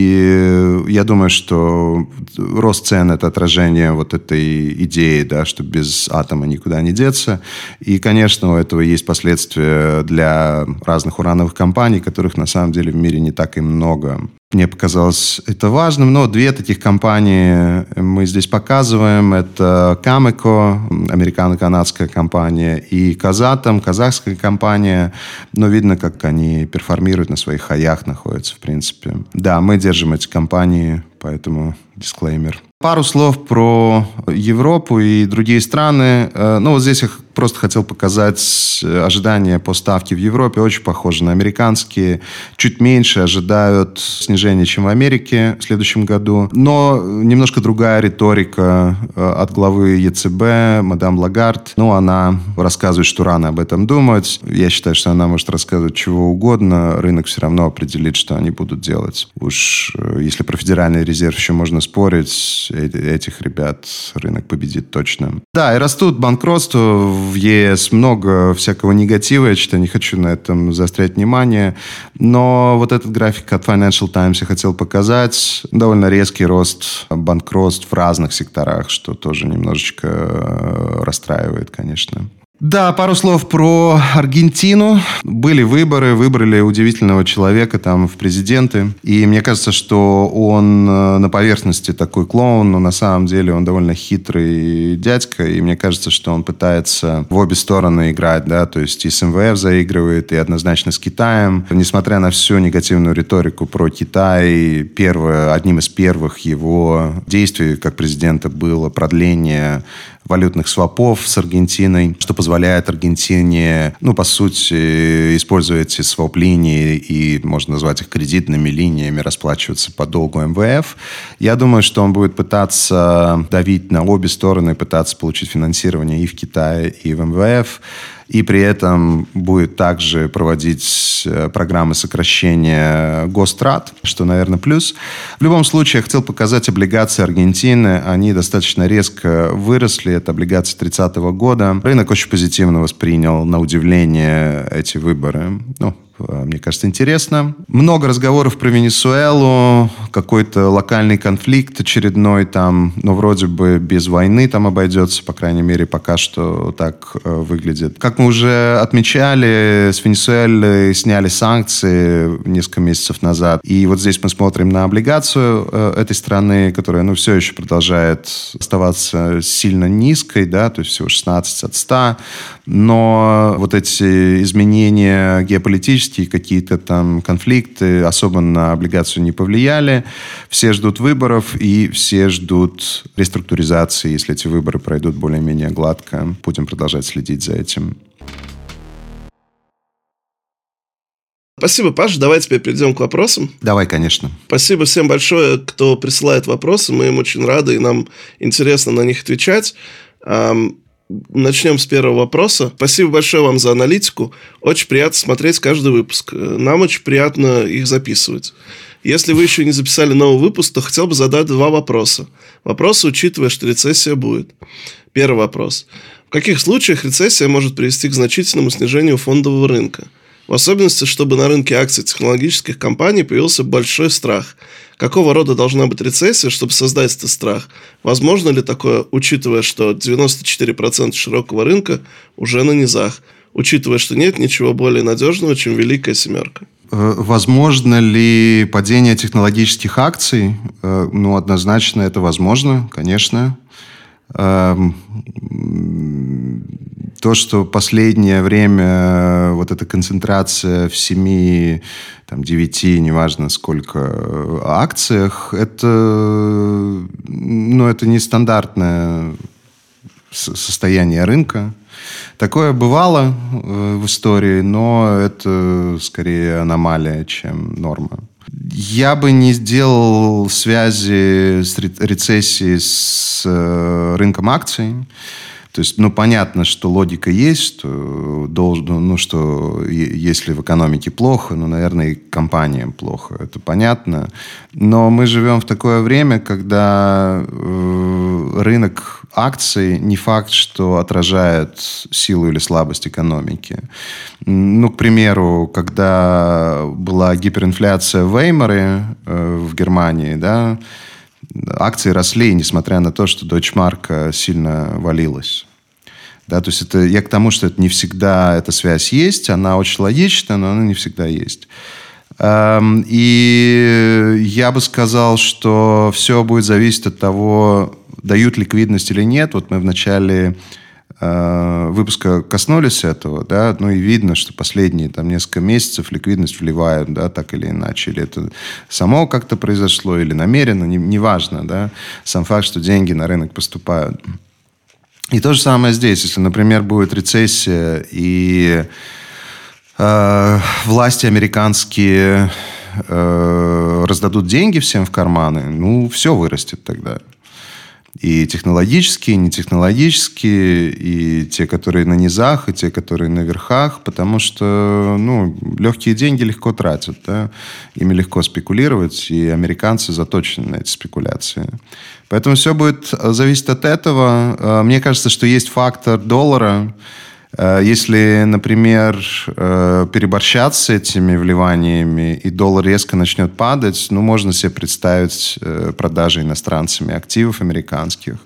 И я думаю, что рост цен – это отражение вот этой идеи, да, что без атома никуда не деться. И, конечно, у этого есть последствия для разных урановых компаний, которых на самом деле в мире не так и много. Мне показалось это важным, но две таких компании мы здесь показываем. Это Cameco, американо-канадская компания, и Казатом, казахская компания. Но видно, как они перформируют, на своих хаях находятся, в принципе. Да, мы держим эти компании, поэтому дисклеймер. Пару слов про Европу и другие страны. Ну, вот здесь я просто хотел показать ожидания по ставке в Европе. Очень похожи на американские. Чуть меньше ожидают снижения, чем в Америке в следующем году. Но немножко другая риторика от главы ЕЦБ, мадам Лагард. Ну, она рассказывает, что рано об этом думать. Я считаю, что она может рассказывать чего угодно. Рынок все равно определит, что они будут делать. Уж если про Федеральный резерв еще можно спорить, этих ребят рынок победит точно. Да, и растут банкротства в ЕС, много всякого негатива, я что-то не хочу на этом заострять внимание, но вот этот график от Financial Times я хотел показать. Довольно резкий рост банкротств в разных секторах, что тоже немножечко расстраивает, конечно. Да, пару слов про Аргентину. Были выборы, выбрали удивительного человека там в президенты. И мне кажется, что он на поверхности такой клоун, но на самом деле он довольно хитрый дядька. И мне кажется, что он пытается в обе стороны играть, да, то есть и с эм вэ эф заигрывает, и однозначно с Китаем. Несмотря на всю негативную риторику про Китай, первое, одним из первых его действий как президента было продление валютных свопов с Аргентиной, что позволяет Аргентине, ну, по сути, использовать эти своп-линии и, можно назвать их кредитными линиями, расплачиваться по долгу эм вэ эф. Я думаю, что он будет пытаться давить на обе стороны, пытаться получить финансирование и в Китае, и в эм вэ эф. И при этом будет также проводить программы сокращения гострат, что, наверное, плюс. В любом случае, я хотел показать облигации Аргентины. Они достаточно резко выросли. Это облигации тридцатого года. Рынок очень позитивно воспринял, на удивление, эти выборы. Ну, мне кажется, интересно. Много разговоров про Венесуэлу, какой-то локальный конфликт очередной там, но вроде бы без войны там обойдется, по крайней мере, пока что так э, выглядит. Как мы уже отмечали, с Венесуэлы сняли санкции несколько месяцев назад. И вот здесь мы смотрим на облигацию э, этой страны, которая, ну, все еще продолжает оставаться сильно низкой, да, то есть всего шестнадцать от ста. Но вот эти изменения геополитические, какие-то там конфликты особо на облигацию не повлияли. Все ждут выборов и все ждут реструктуризации, если эти выборы пройдут более-менее гладко. Будем продолжать следить за этим. Спасибо, Паша. Давай теперь перейдем к вопросам. Давай, конечно. Спасибо всем большое, кто присылает вопросы. Мы им очень рады, и нам интересно на них отвечать. Начнем с первого вопроса. Спасибо большое вам за аналитику. Очень приятно смотреть каждый выпуск. Нам очень приятно их записывать. Если вы еще не записали новый выпуск, то хотел бы задать два вопроса. Вопросы, учитывая, что рецессия будет. Первый вопрос. В каких случаях рецессия может привести к значительному снижению фондового рынка? В особенности, чтобы на рынке акций технологических компаний появился большой страх. Какого рода должна быть рецессия, чтобы создать этот страх? Возможно ли такое, учитывая, что девяносто четыре процента широкого рынка уже на низах, учитывая, что нет ничего более надежного, чем Великая Семерка? Возможно ли падение технологических акций? Ну, однозначно это возможно, конечно. То, что последнее время вот эта концентрация в семи, там, девяти, неважно сколько, акциях, это, ну, это нестандартное состояние рынка. Такое бывало в истории, но это скорее аномалия, чем норма. Я бы не сделал связи с рецессией с рынком акций. То есть, ну, понятно, что логика есть, что, должно, ну, что если в экономике плохо, ну, наверное, и компаниям плохо. Это понятно. Но мы живем в такое время, когда э, рынок акций не факт, что отражает силу или слабость экономики. Ну, к примеру, когда была гиперинфляция в Веймаре э, в Германии, да, акции росли, несмотря на то, что Deutsche Mark сильно валилась. Да, то есть это, я к тому, что это не всегда эта связь есть, она очень логична, но она не всегда есть. И я бы сказал, что все будет зависеть от того, дают ликвидность или нет. Вот мы в начале выпуска коснулись этого, да, ну и видно, что последние там несколько месяцев ликвидность вливают, да, так или иначе, или это само как-то произошло, или намеренно, не, неважно, да, сам факт, что деньги на рынок поступают. И то же самое здесь, если, например, будет рецессия и э, власти американские э, раздадут деньги всем в карманы, ну, все вырастет тогда. И технологические, и нетехнологические, и те, которые на низах, и те, которые на верхах, потому что, ну, легкие деньги легко тратят, да? Ими легко спекулировать, и американцы заточены на эти спекуляции. Поэтому все будет зависеть от этого. Мне кажется, что есть фактор доллара. Если, например, переборщать с этими вливаниями, и доллар резко начнет падать, ну, можно себе представить продажи иностранцами активов американских.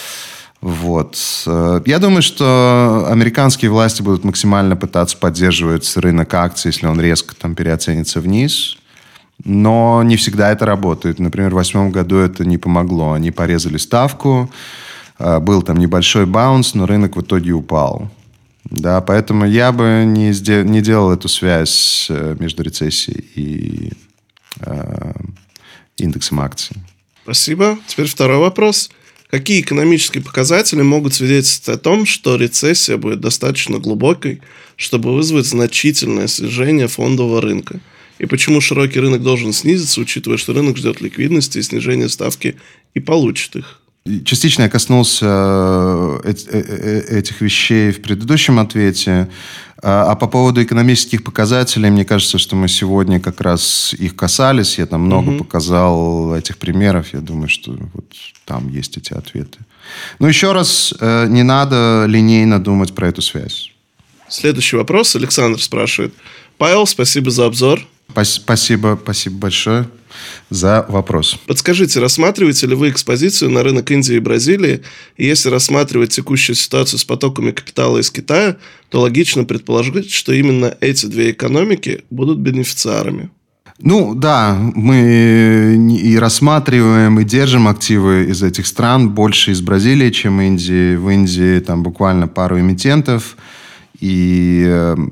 Вот. Я думаю, что американские власти будут максимально пытаться поддерживать рынок акций, если он резко там переоценится вниз. Но не всегда это работает. Например, в две тысячи восьмом году это не помогло. Они порезали ставку, был там небольшой баунс, но рынок в итоге упал. Да, поэтому я бы не, сдел, не делал эту связь между рецессией и э, индексом акций. Спасибо. Теперь второй вопрос. Какие экономические показатели могут свидетельствовать о том, что рецессия будет достаточно глубокой, чтобы вызвать значительное снижение фондового рынка? И почему широкий рынок должен снизиться, учитывая, что рынок ждет ликвидности и снижения ставки и получит их? Частично я коснулся этих вещей в предыдущем ответе. А по поводу экономических показателей, мне кажется, что мы сегодня как раз их касались. Я там много угу. показал этих примеров. Я думаю, что вот там есть эти ответы. Но еще раз, не надо линейно думать про эту связь. Следующий вопрос. Александр спрашивает. Павел, спасибо за обзор. Спасибо, спасибо большое за вопрос. Подскажите, рассматриваете ли вы экспозицию на рынок Индии и Бразилии? И если рассматривать текущую ситуацию с потоками капитала из Китая, то логично предположить, что именно эти две экономики будут бенефициарами. Ну, да, мы и рассматриваем, и держим активы из этих стран больше из Бразилии, чем Индии. В Индии там буквально пару эмитентов. И,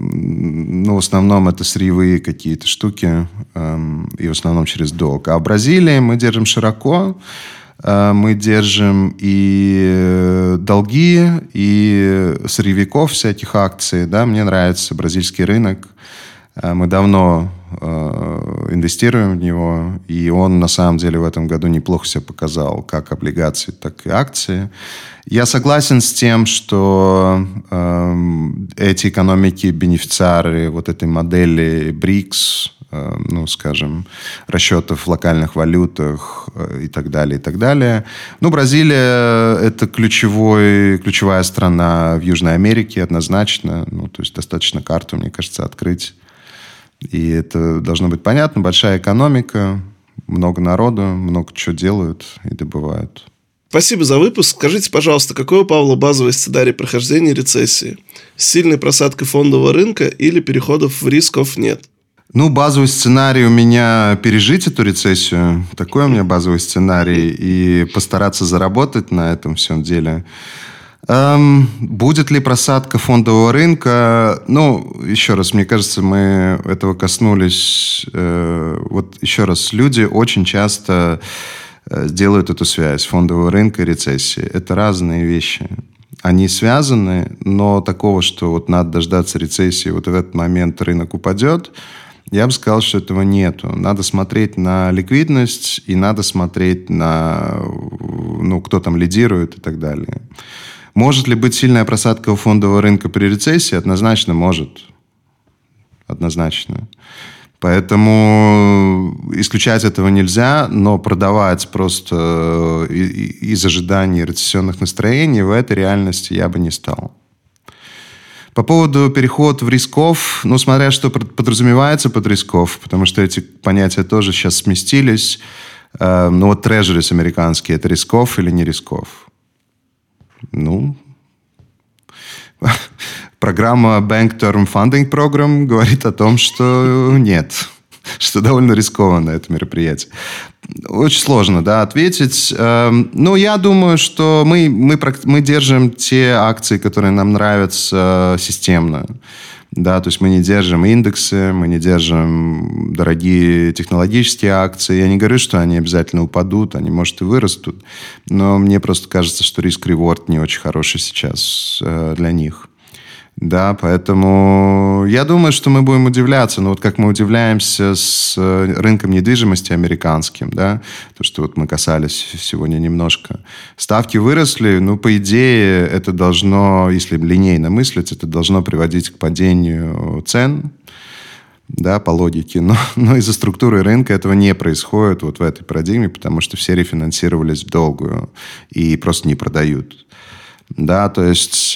ну, в основном это сырьевые какие-то штуки, и в основном через долг. А в Бразилии мы держим широко, мы держим и долги, и сырьевиков всяких акций. Да? Мне нравится бразильский рынок. Мы давно инвестируем в него, и он на самом деле в этом году неплохо себя показал, как облигации, так и акции. Я согласен с тем, что э, эти экономики бенефициары вот этой модели брикс, э, ну, скажем, расчетов в локальных валютах э, и так далее, и так далее. Ну, Бразилия – это ключевой, ключевая страна в Южной Америке, однозначно. Ну, то есть достаточно карту, мне кажется, открыть И это должно быть понятно. Большая экономика, много народу, много чего делают и добывают. Спасибо за выпуск. Скажите, пожалуйста, какой у Павла базовый сценарий прохождения рецессии? С сильной просадкой фондового рынка или переходов в рисков нет? Ну, базовый сценарий у меня пережить эту рецессию. Такой у меня базовый сценарий. И постараться заработать на этом всем деле. Эм, будет ли просадка фондового рынка? Ну, еще раз, мне кажется, мы этого коснулись. Э, вот еще раз, люди очень часто делают эту связь фондового рынка и рецессии. Это разные вещи. Они связаны, но такого, что вот надо дождаться рецессии, вот в этот момент рынок упадет, я бы сказал, что этого нету. Надо смотреть на ликвидность и надо смотреть на, ну, кто там лидирует и так далее. Может ли быть сильная просадка у фондового рынка при рецессии? Однозначно может. Однозначно. Поэтому исключать этого нельзя, но продавать просто из ожиданий рецессионных настроений в этой реальности я бы не стал. По поводу перехода в рисков, ну, смотря что подразумевается под рисков, потому что эти понятия тоже сейчас сместились. Ну, вот трежерис американские, это рисков или не рисков? Ну... Программа Bank Term Funding Program говорит о том, что нет, что довольно рискованно это мероприятие. Очень сложно, да, ответить. Ну, я думаю, что мы, мы, мы держим те акции, которые нам нравятся системно. Да, то есть мы не держим индексы, мы не держим дорогие технологические акции. Я не говорю, что они обязательно упадут, они, может, и вырастут. Но мне просто кажется, что риск-реворд не очень хороший сейчас для них. Да, поэтому я думаю, что мы будем удивляться. Но вот как мы удивляемся с рынком недвижимости американским, да, то, что вот мы касались сегодня немножко. Ставки выросли, ну, по идее, это должно, если линейно мыслить, это должно приводить к падению цен, да, по логике. Но, но из-за структуры рынка этого не происходит вот в этой парадигме, потому что все рефинансировались в долгую и просто не продают. Да, то есть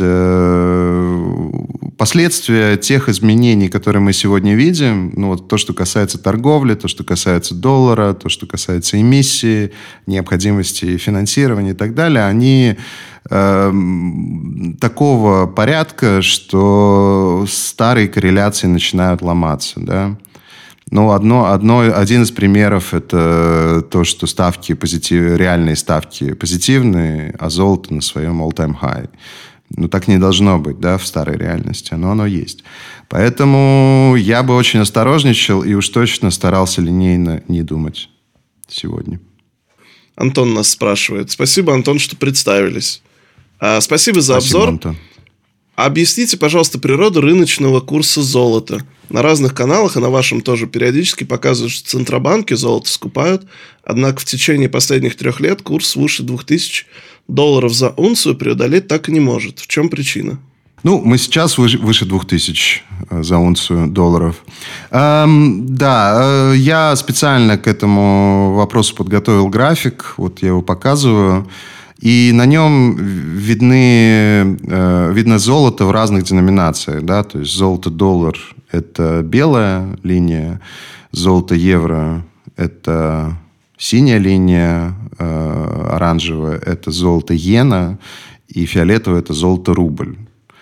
э, последствия тех изменений, которые мы сегодня видим, ну, вот то, что касается торговли, то, что касается доллара, то, что касается эмиссии, необходимости финансирования и так далее, они э, такого порядка, что старые корреляции начинают ломаться, да. Ну, одно, одно, один из примеров – это то, что ставки позитив, реальные ставки позитивные, а золото на своем all-time high. Ну, так не должно быть, да, в старой реальности, но оно есть. Поэтому я бы очень осторожничал и уж точно старался линейно не думать сегодня. Антон нас спрашивает. Спасибо, Антон, что представились. А, спасибо за Спасибо, обзор. Антон. Объясните, пожалуйста, природу рыночного курса золота. На разных каналах, и на вашем тоже периодически показывают, что центробанки золото скупают. Однако в течение последних трех лет курс свыше двух тысяч долларов за унцию преодолеть так и не может. В чем причина? Ну, мы сейчас выше, выше двух тысяч за унцию долларов. Эм, да, я специально к этому вопросу подготовил график. Вот я его показываю. И на нем видны, э, видно золото в разных деноминациях. Да? То есть золото-доллар – это белая линия, золото-евро – это синяя линия, э, оранжевая – это золото-иена, и фиолетовая – это золото-рубль.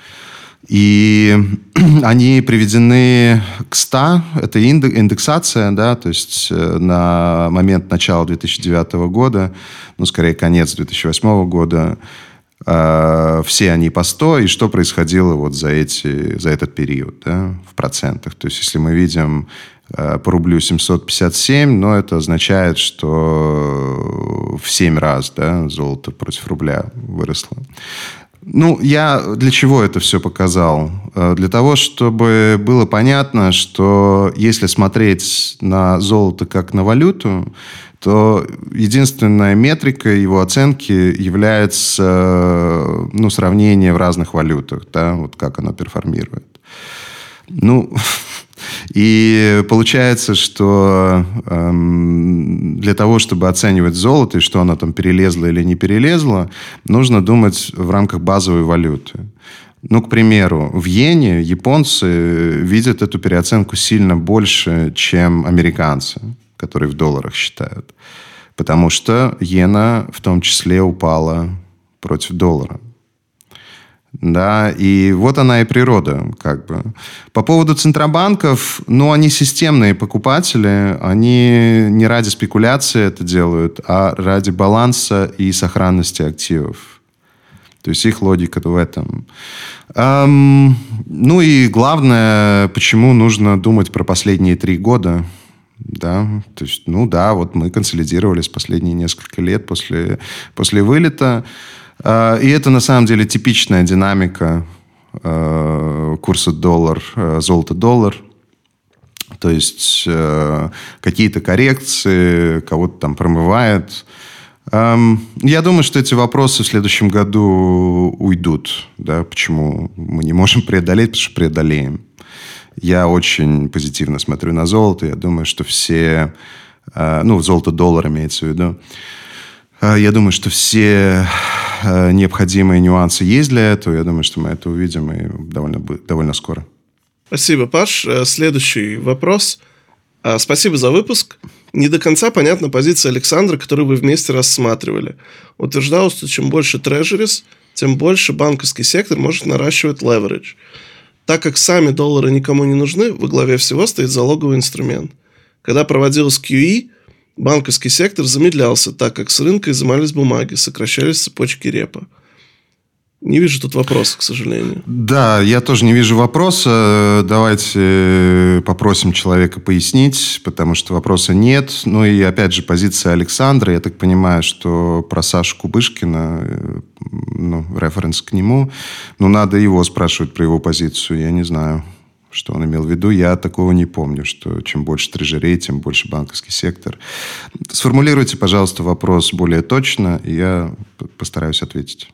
И они приведены к ста, это индексация, да, то есть на момент начала две тысячи девятого года, ну, скорее, конец две тысячи восьмого года, э, все они по сто, и что происходило вот за, эти, за этот период, да, в процентах. То есть, если мы видим э, по рублю семьсот пятьдесят семь, ну, это означает, что в семь раз, да, золото против рубля выросло. Ну, я для чего это все показал? Для того, чтобы было понятно, что если смотреть на золото как на валюту, то единственная метрика его оценки является, ну, сравнение в разных валютах, да, вот как оно перформирует. Ну, и получается, что эм, для того, чтобы оценивать золото, и что оно там перелезло или не перелезло, нужно думать в рамках базовой валюты. Ну, к примеру, в иене японцы видят эту переоценку сильно больше, чем американцы, которые в долларах считают. Потому что иена в том числе упала против доллара. Да, и вот она и природа, как бы. По поводу центробанков, ну, они системные покупатели, они не ради спекуляции это делают, а ради баланса и сохранности активов. То есть их логика в этом. Эм, ну и главное, почему нужно думать про последние три года. Да, то есть, ну да, вот мы консолидировались последние несколько лет после, после вылета. И это, на самом деле, типичная динамика курса доллар, золото-доллар. То есть какие-то коррекции, кого-то там промывает. Я думаю, что эти вопросы в следующем году уйдут. Да? Почему мы не можем преодолеть? Потому что преодолеем. Я очень позитивно смотрю на золото. Я думаю, что все... Ну, золото-доллар имеется в виду. Я думаю, что все необходимые нюансы есть для этого. Я думаю, что мы это увидим и довольно, довольно скоро. Спасибо, Паш. Следующий вопрос. Спасибо за выпуск. Не до конца понятна позиция Александра, которую вы вместе рассматривали. Утверждал, что чем больше трежерис, тем больше банковский сектор может наращивать леверидж. Так как сами доллары никому не нужны, во главе всего стоит залоговый инструмент. Когда проводилась кью и, банковский сектор замедлялся, так как с рынка изымались бумаги, сокращались цепочки репо. Не вижу тут вопроса, к сожалению. Да, я тоже не вижу вопроса. Давайте попросим человека пояснить, потому что вопроса нет. Ну и, опять же, позиция Александра. Я так понимаю, что про Сашу Кубышкина, ну, референс к нему, ну, надо его спрашивать про его позицию. Я не знаю, что он имел в виду. Я такого не помню, что чем больше трежерей, тем больше банковский сектор. Сформулируйте, пожалуйста, вопрос более точно, и я постараюсь ответить.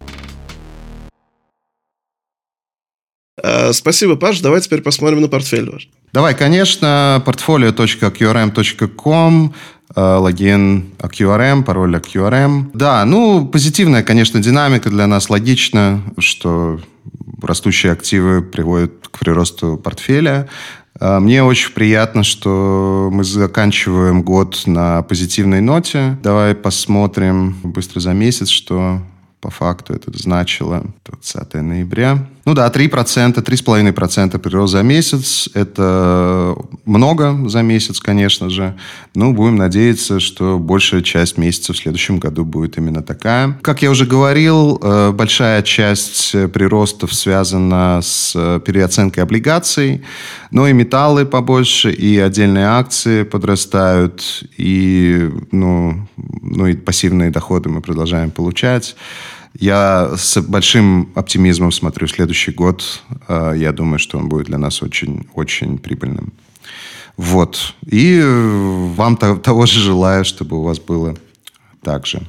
Спасибо, Паш. Давай теперь посмотрим на портфель ваш. Давай, конечно, портфолио точка эй кью ар эм точка ком, логин эй кью ар эм, пароль эй кью ар эм. Да, ну, позитивная, конечно, динамика для нас. Логично, что растущие активы приводят к приросту портфеля. Мне очень приятно, что мы заканчиваем год на позитивной ноте. Давай посмотрим быстро за месяц, что по факту это значило двадцатого ноября. Ну да, три процента, три целых пять десятых процента прирост за месяц. Это много за месяц, конечно же. Но будем надеяться, что большая часть месяца в следующем году будет именно такая. Как я уже говорил, большая часть приростов связана с переоценкой облигаций. Но и металлы побольше, и отдельные акции подрастают, и, ну, ну, и пассивные доходы мы продолжаем получать. Я с большим оптимизмом смотрю следующий год. Я думаю, что он будет для нас очень, очень прибыльным. Вот. И вам того же желаю, чтобы у вас было так же.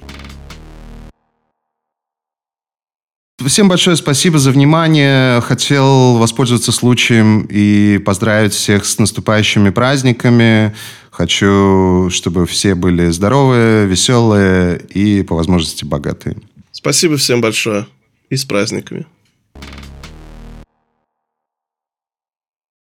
Всем большое спасибо за внимание. Хотел воспользоваться случаем и поздравить всех с наступающими праздниками. Хочу, чтобы все были здоровые, веселые и, по возможности, богатые. Спасибо всем большое. И с праздниками.